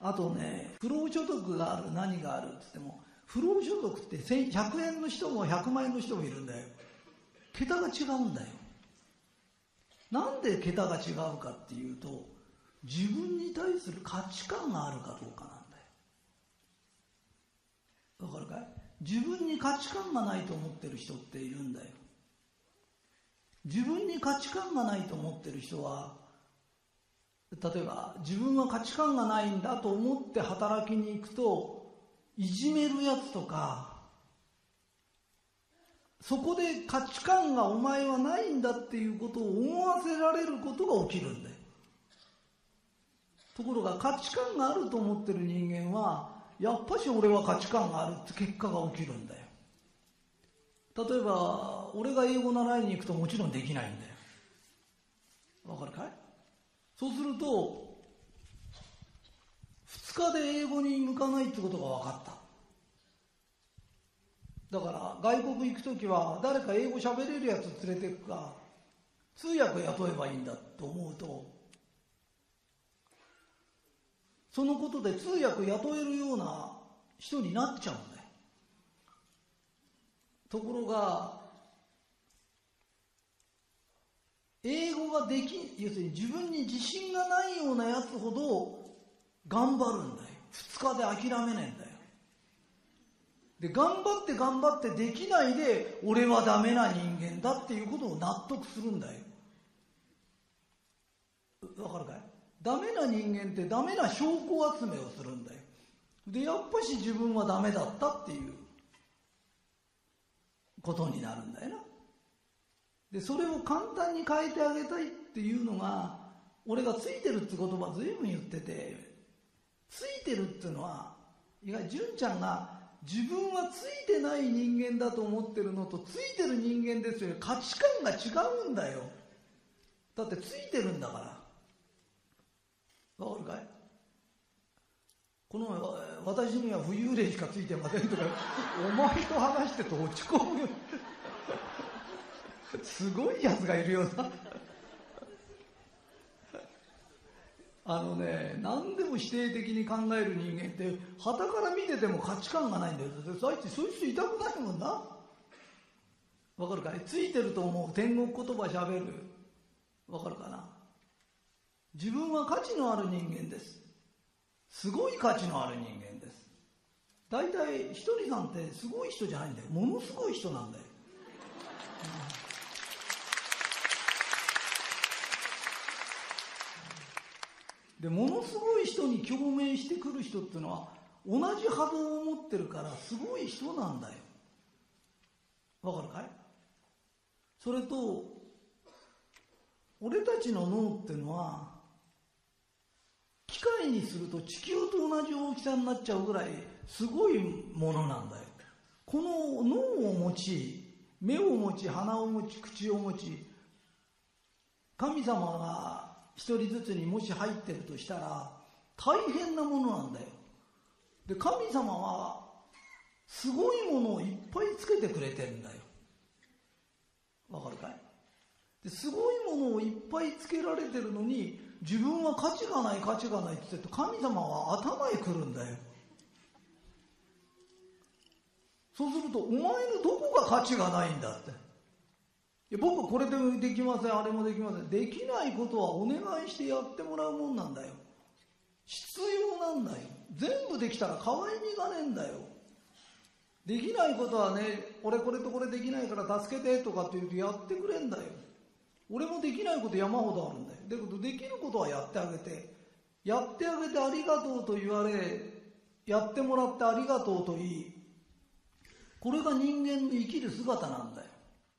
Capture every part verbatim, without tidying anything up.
あとね、不労所得がある、何があるって言っても、不労所得ってひゃくえんの人もひゃくまんえんの人もいるんだよ。桁が違うんだよ。なんで桁が違うかっていうと、自分に対する価値観があるかどうかなんだよ。わかるかい？自分に価値観がないと思ってる人っているんだよ。自分に価値観がないと思ってる人は、例えば自分は価値観がないんだと思って働きに行くと、いじめるやつとか、そこで価値観がお前はないんだっていうことを思わせられることが起きるんだよ。ところが価値観があると思ってる人間は、やっぱし俺は価値観があるって結果が起きるんだよ。例えば俺が英語習いに行くともちろんできないんだよ。わかるかい？そうするとふつかで英語に向かないってことが分かった。だから外国行くときは誰か英語喋れるやつ連れて行くか、通訳雇えばいいんだと思うと、そのことで通訳雇えるような人になっちゃうんだよ。ところが英語ができ、要するに自分に自信がないようなやつほど頑張るんだよ。ふつかで諦めねえんだよ。で、頑張って頑張ってできないで、俺はダメな人間だっていうことを納得するんだよ。わかるかい？ダメな人間ってダメな証拠集めをするんだよ。で、やっぱし自分はダメだったっていうことになるんだよな。で、それを簡単に変えてあげたいっていうのが、俺がついてるって言葉ずいぶん言ってて、ついてるっていうのは、意外に純ちゃんが自分はついてない人間だと思ってるのと、ついてる人間ですよ。価値観が違うんだよ。だってついてるんだから。わかるかい？この私には浮遊霊しかついてませんとか、お前と話してと落ち込む。すごいやつがいるような。あのね、何でも否定的に考える人間って傍から見てても価値観がないんだよ。そういう人いたくないもんな。わかるかい？ついてると思う天国言葉しゃべる。わかるかな？自分は価値のある人間です。すごい価値のある人間です。大体ひとりさんってすごい人じゃないんだよ。ものすごい人なんだよ。で、ものすごい人に共鳴してくる人っていうのは同じ波動を持ってるからすごい人なんだよ。わかるかい？それと俺たちの脳っていうのは機械にすると地球と同じ大きさになっちゃうぐらいすごいものなんだよ。この脳を持ち、目を持ち、鼻を持ち、口を持ち、神様が一人ずつにもし入ってるとしたら大変なものなんだよ。で、神様はすごいものをいっぱいつけてくれてるんだよ。わかるかい？ですごいものをいっぱいつけられてるのに、自分は価値がない価値がないって言って神様は頭へ来るんだよ。そうするとお前のどこが価値がないんだって。いや、僕はこれでもできません、あれもできません。できないことはお願いしてやってもらうもんなんだよ。必要なんだよ。全部できたら可愛みがねえんだよ。できないことはね、俺これとこれできないから助けてとかって言うとやってくれんだよ。俺もできないこと山ほどあるんだよ。だけどできることはやってあげて、やってあげてありがとうと言われ、やってもらってありがとうと言い、これが人間の生きる姿なんだよ。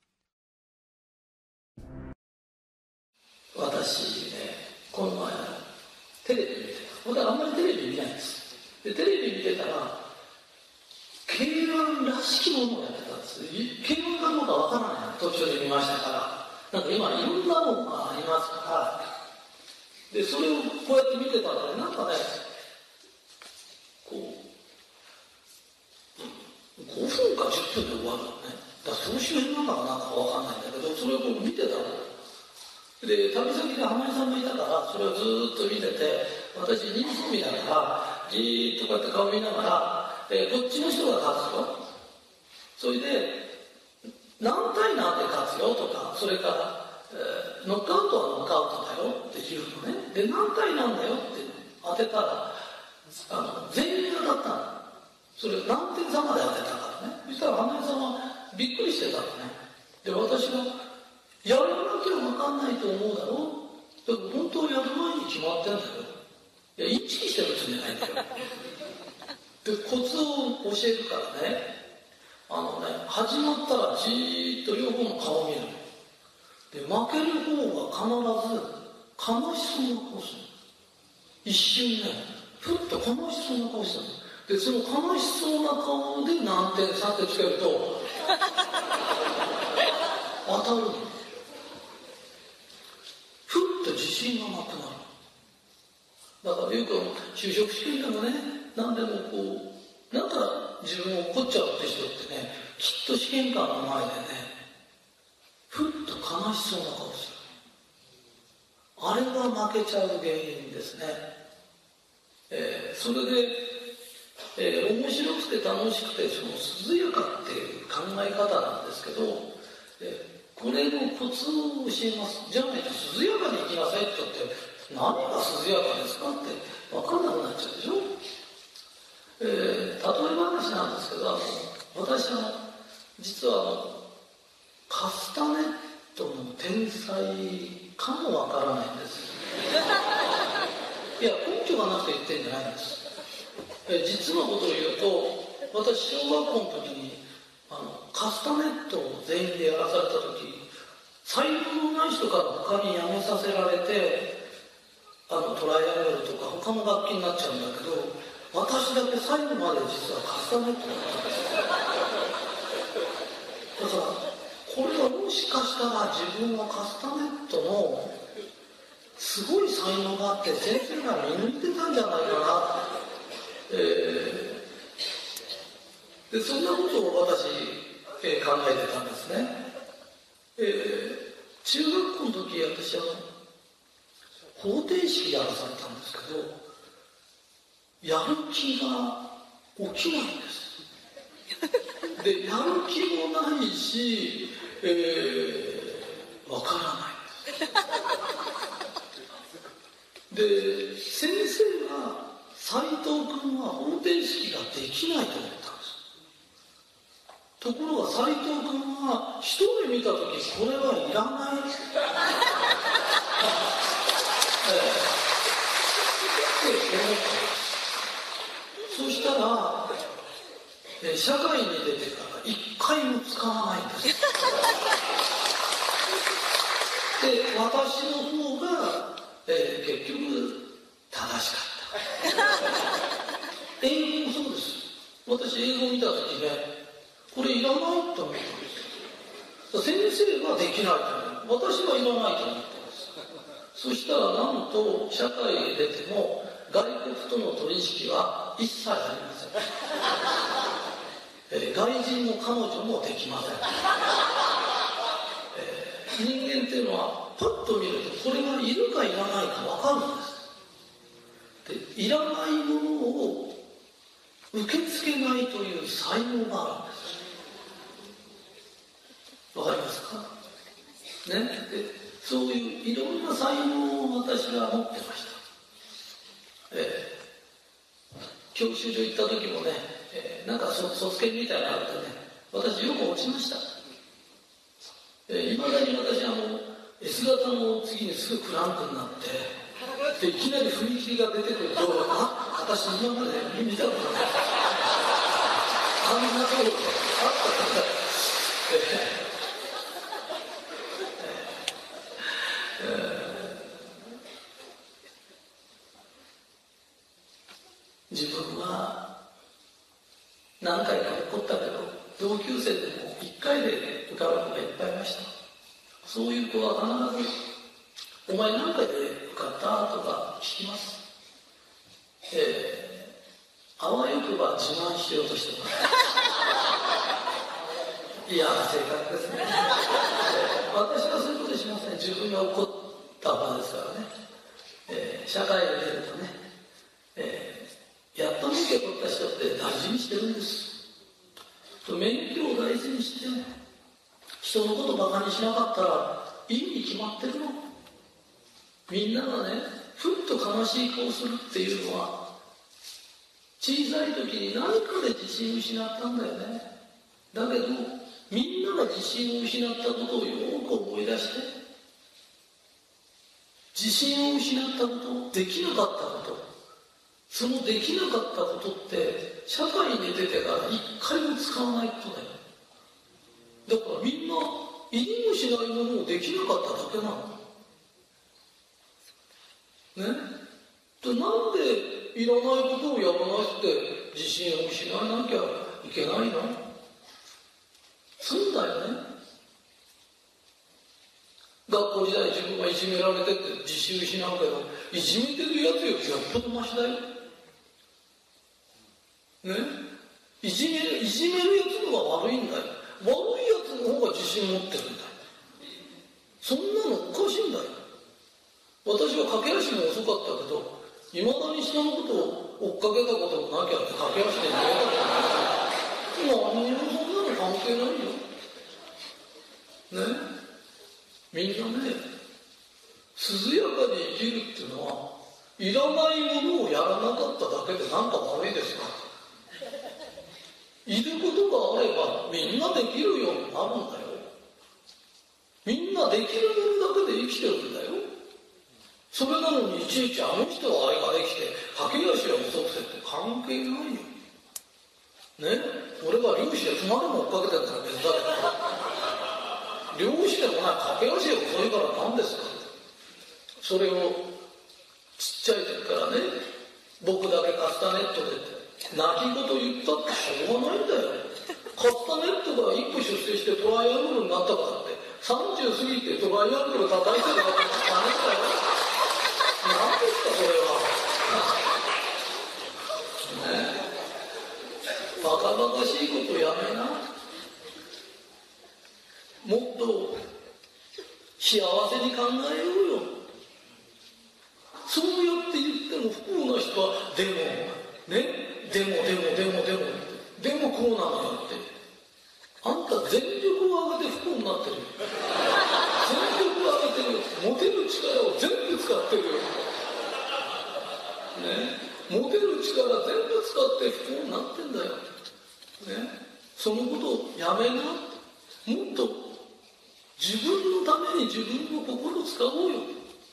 私ね、この前テレビ見てた。僕はあんまりテレビ見ないんです。で、テレビ見てたら ケーワン らしきものをやってたんです。 ケーワン かどうかわからない途中で見ましたから、なんか今いろんなものがありますから、でそれをこうやって見てたらね、なんかね、こうごふんかじゅっぷんで終わるのね。だから総集編なんだかなんだかわかんないんだけど、それをこう見てたので、旅先で浜井さんがいたからそれをずっと見てて、 私人数見だからじーっとこうやって顔見ながら、えー、こっちの人が勝つよ、それで何対何で勝つよとか、それから、えー、ノックアウトはノックアウトだよって言うのね。で何対何だよって当てたら、あの全員当たったの。それ何点差まで当てたからね。そしたら花江さんはびっくりしてたのね。で私がやらなきゃ分かんないと思うだろう。だから本当はやる前に決まってんだよ。いやインチキしてるつもりないんだよ。でコツを教えるからね。あのね、始まったらじーっと両方の顔を見る。で負ける方が必ず悲しそうな顔する。一瞬ね、ふっと悲しそうな顔する。でその悲しそうな顔で何点差ってつけると当たるの。ふっと自信がなくなる。だからよく就職試験でもね、何でもこうなんか自分を怒っちゃうって人ってね、きっと試験官の前でね、ふっと悲しそうな顔する。あれが負けちゃう原因ですね。えー、それで、えー、面白くて楽しくてその涼やかっていう考え方なんですけど、えー、これのコツを教えます。じゃあね、涼やかに生きなさいって言って何が涼やかですかって分かんなくなっちゃうでしょ。えー、例え話なんですけど、あの私は実はあのカスタネットの天才かもわからないんです。いや根拠がなくて言ってんじゃないんです。えー、実のことを言うと、私小学校の時にあのカスタネットを全員でやらされた時、才能のない人から他に辞めさせられて、あのトライアングルとか他の楽器になっちゃうんだけど、私だけ最後まで実はカスタネットだったんです。だからこれはもしかしたら自分はカスタネットのすごい才能があって先生が見抜いてたんじゃないかな、えー、でそんなことを私、えー、考えてたんですね。えー、中学校の時私は方程式やらされたんですけど、やる気が起きないんです。で、やる気もないし、えー、わからないんです。で、先生が斉藤君は方程式ができないと思ったんです。ところが斉藤君は一目見た時これはいらない。そしたら、えー、社会に出てから一回も使わないんです。で、私の方が、えー、結局正しかった。英語もそうです。私英語見た時ね、これいらないと思ったんです。先生はできないと思う。私はいらないと思ったんです。そしたらなんと社会へ出ても外国との取引は一切ありません。えー、外人の彼女もできません。えー、人間っていうのはパッと見るとこれがいるかいらないか分かるんです。で、いらないものを受け付けないという才能があるんです。わかりますかね。で、そういういろんな才能を私は持ってました。えー、教習所行った時もね、えー、なんか卒検みたいなのがあってね、私よく落ちました。いま、えー、だに私あの S 型の次にすぐクランクになってでいきなり踏切が出てくると、あ、私今まで見たことないあんなところあったから、えーえー自分は何回か起こったけど、同級生でもいっかいで受かる子がいっぱいいました。そういう子は必ず「お前何回で受かった?」とか聞きます。えー、あわよくば自慢しようとしてます。嫌な性格ですね。えー、私はそういうことしません。自分が起こった場ですからね。えー、社会に出るとね、 試験取った人って大事にしてるんです。免許を大事にして人のことバカにしなかったらいいに決まってるの。みんながねふっと悲しい顔するっていうのは小さい時に何かで自信を失ったんだよね。だけどみんなが自信を失ったことをよく思い出して、自信を失ったこと、できなかったこと、そのできなかったことって社会に出てから一回も使わないことだよ。だからみんないりもしないものをできなかっただけなのね。でなんでいらないことをやらないって自信を失わなきゃいけないの？そうだよね。学校時代自分がいじめられてって自信失うけど、いじめてるやつよりよっぽどマシだよ。ね、いじめる、いじめるやつのが悪いんだよ。悪いやつの方が自信持ってるんだよ。そんなのおかしいんだよ。私は駆け足も遅かったけど、いまだに人のことを追っかけたこともなきゃって駆け足で逃げたことない。何にもそんなの関係ないよ。ね、みんなね、涼やかに生きるっていうのは、いらないものをやらなかっただけで何か悪いですか？いることがあればみんなできるようになるんだよ。みんなできるものだけで生きてるんだよ。それなのにいちいちあの人はあれができて駆け足が遅くてって関係ないよ。ね、俺が漁師で熊でも追っかけてるから別だけど、漁師でもない駆け足が遅いから何ですか。それをちっちゃい時からね、僕だけカスタネットで泣き言言ったってしょうがないんだよ。カスタネットが一歩出世してトライアングルになったからってさんじゅう過ぎてトライアングル叩いてるわけじゃダメだよ。何ですかそれは。ね、バカバカしいことやめな。もっと幸せに考えようよ。そうやって言っても不幸な人はでもね、でもでもでもでもでもこうなのよって、あんた全力を上げて不幸になってるよ。全力を上げてるよ。持てる力を全部使ってるよ。ね、持てる力全部使って不幸になってんだよ。ね、そのことをやめな。もっと自分のために自分の心を使おうよ。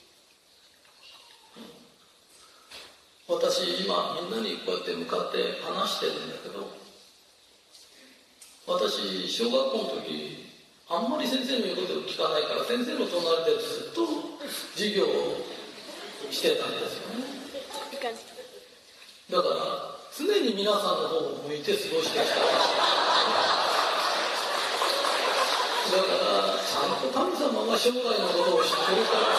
私今みんなにこうやって向かって話してるんだけど、私小学校の時あんまり先生の言うことを聞かないから先生の隣でずっと授業をしてたんですよね。だから常に皆さんの方を向いて過ごしてきた。だからちゃんと神様が将来のことを知ってるから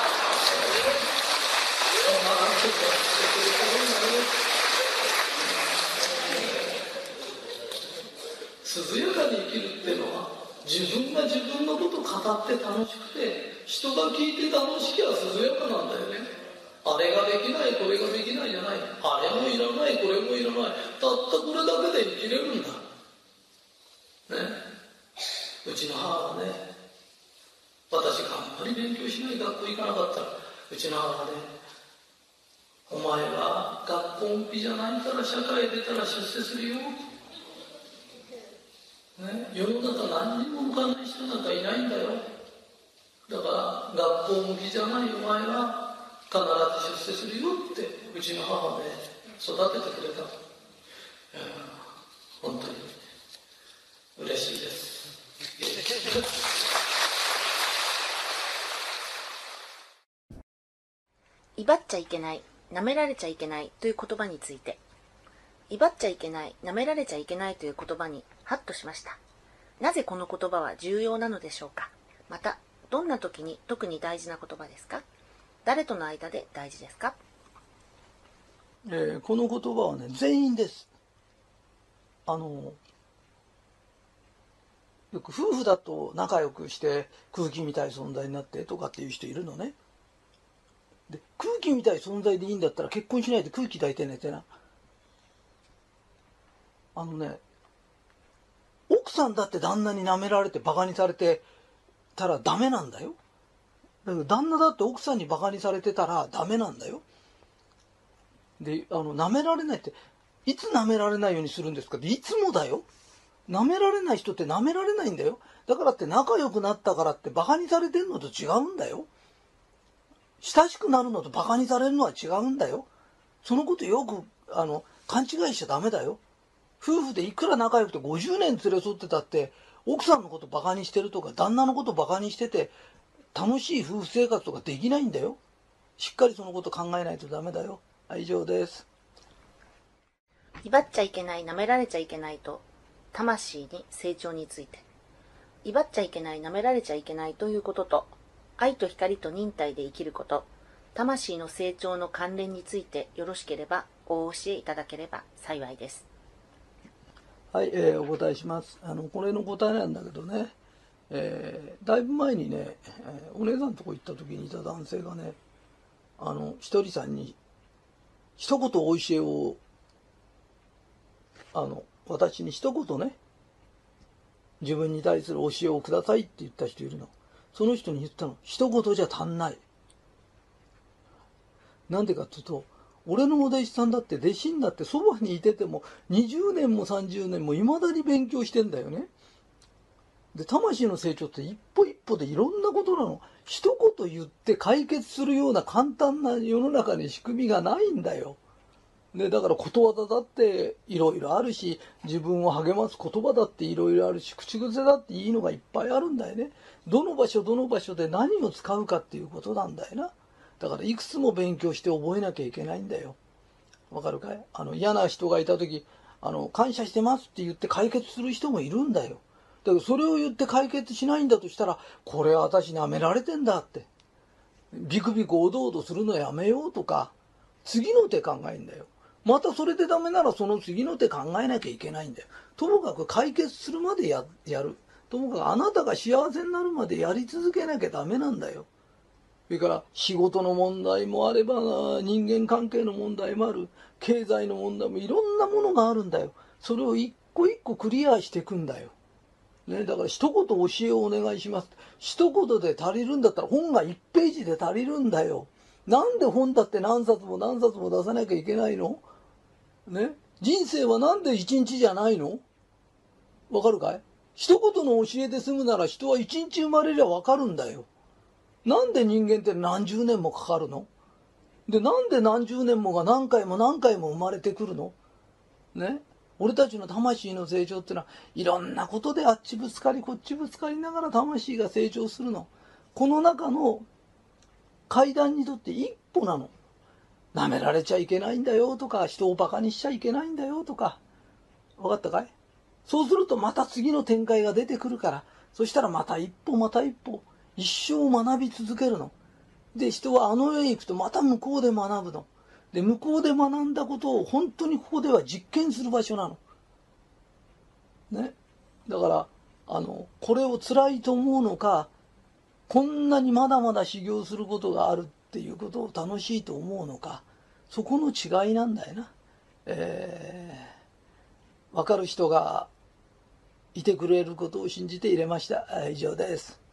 涼やかに生きるっていうのは自分が自分のことを語って楽しくて人が聞いて楽しきゃ涼やかなんだよね。あれができないこれができないじゃない。あれもいらないこれもいらない。たったこれだけで生きれるんだね。うちの母はね、私があんまり勉強しない学校行かなかったらうちの母はね、お前は学校んぴじゃないから社会出たら出世するよ、ね、世の中何にも向かない人なんかいないんだよ。だから学校向きじゃないお前は必ず出世するよってうちの母はね育ててくれた。本当に嬉しいです。 威張っちゃいけない、舐められちゃいけないという言葉について。威張っちゃいけない、舐められちゃいけないという言葉にハッとしました。なぜこの言葉は重要なのでしょうか。また、どんな時に特に大事な言葉ですか。誰との間で大事ですか。 えー、この言葉はね、全員です。あのよく夫婦だと仲良くして空気みたい存在になってとかっていう人いるのね。で空気みたい存在でいいんだったら結婚しないで空気抱いてねってな。 あのね、奥さんだって旦那に舐められてバカにされてたらダメなんだよ。だけど旦那だって奥さんにバカにされてたらダメなんだよ。で、あの、舐められないって、いつ舐められないようにするんですかって、いつもだよ。舐められない人って舐められないんだよ。だからって仲良くなったからってバカにされてんのと違うんだよ。親しくなるのとバカにされるのは違うんだよ。そのことよく、あの、勘違いしちゃダメだよ。夫婦でいくら仲良くてごじゅうねん連れ添ってたって、奥さんのことバカにしてるとか、旦那のことバカにしてて、楽しい夫婦生活とかできないんだよ。しっかりそのこと考えないとダメだよ。はい、以上です。 威張っちゃいけない、舐められちゃいけないと、魂に成長について。威張っちゃいけない、舐められちゃいけないということと、愛と光と忍耐で生きること、魂の成長の関連についてよろしければお教えいただければ幸いです。 はい、えー、お答えします。あの、これの答えなんだけどね、えー、だいぶ前にね、えー、お姉さんのとこ行った時にいた男性がね、あの、ひとりさんに、一言お教えを、あの、私に一言ね、自分に対する教えをくださいって言った人いるの。その人に言ったの。一言じゃ足んない。なんでかっていうと、俺のお弟子さんだって弟子になってそばにいててもにじゅうねんもさんじゅうねんもいまだに勉強してんだよね。で、魂の成長って一歩一歩でいろんなことなの。一言言って解決するような簡単な世の中に仕組みがないんだよ。で、だからことわざだっていろいろあるし、自分を励ます言葉だっていろいろあるし、口癖だっていいのがいっぱいあるんだよね。どの場所どの場所で何を使うかっていうことなんだよな。だからいくつも勉強して覚えなきゃいけないんだよ。わかるかい？あの、嫌な人がいた時、あの、感謝してますって言って解決する人もいるんだよ。だけどそれを言って解決しないんだとしたら、これは私舐められてんだって。ビクビクおどおどするのやめようとか、次の手考えんだよ。またそれでダメならその次の手考えなきゃいけないんだよ。ともかく解決するまで や, やる。ともかくあなたが幸せになるまでやり続けなきゃダメなんだよ。それから仕事の問題もあれば、人間関係の問題もある。経済の問題もいろんなものがあるんだよ。それを一個一個クリアしていくんだよ。ね、だから一言教えをお願いします。一言で足りるんだったら本がいちページで足りるんだよ。なんで本だって何冊も何冊も出さなきゃいけないの？ね、人生はなんで一日じゃないの？わかるかい？一言の教えで済むなら人は一日生まれりゃわかるんだよ。なんで人間って何十年もかかるの？で、なんで何十年もが何回も何回も生まれてくるの？ね。俺たちの魂の成長ってのはいろんなことであっちぶつかりこっちぶつかりながら魂が成長するの。この中の階段にとって一歩なの。舐められちゃいけないんだよとか、人をバカにしちゃいけないんだよとか。分かったかい？そうするとまた次の展開が出てくるから、そしたらまた一歩また一歩、一生学び続けるの。で、人はあの世へ行くとまた向こうで学ぶの。で、向こうで学んだことを本当にここでは実験する場所なの。ね。だから、あの、これを辛いと思うのか、こんなにまだまだ修行することがあるっていうことを楽しいと思うのか、そこの違いなんだよな。えー、わかる人がいてくれることを信じて入れました。以上です。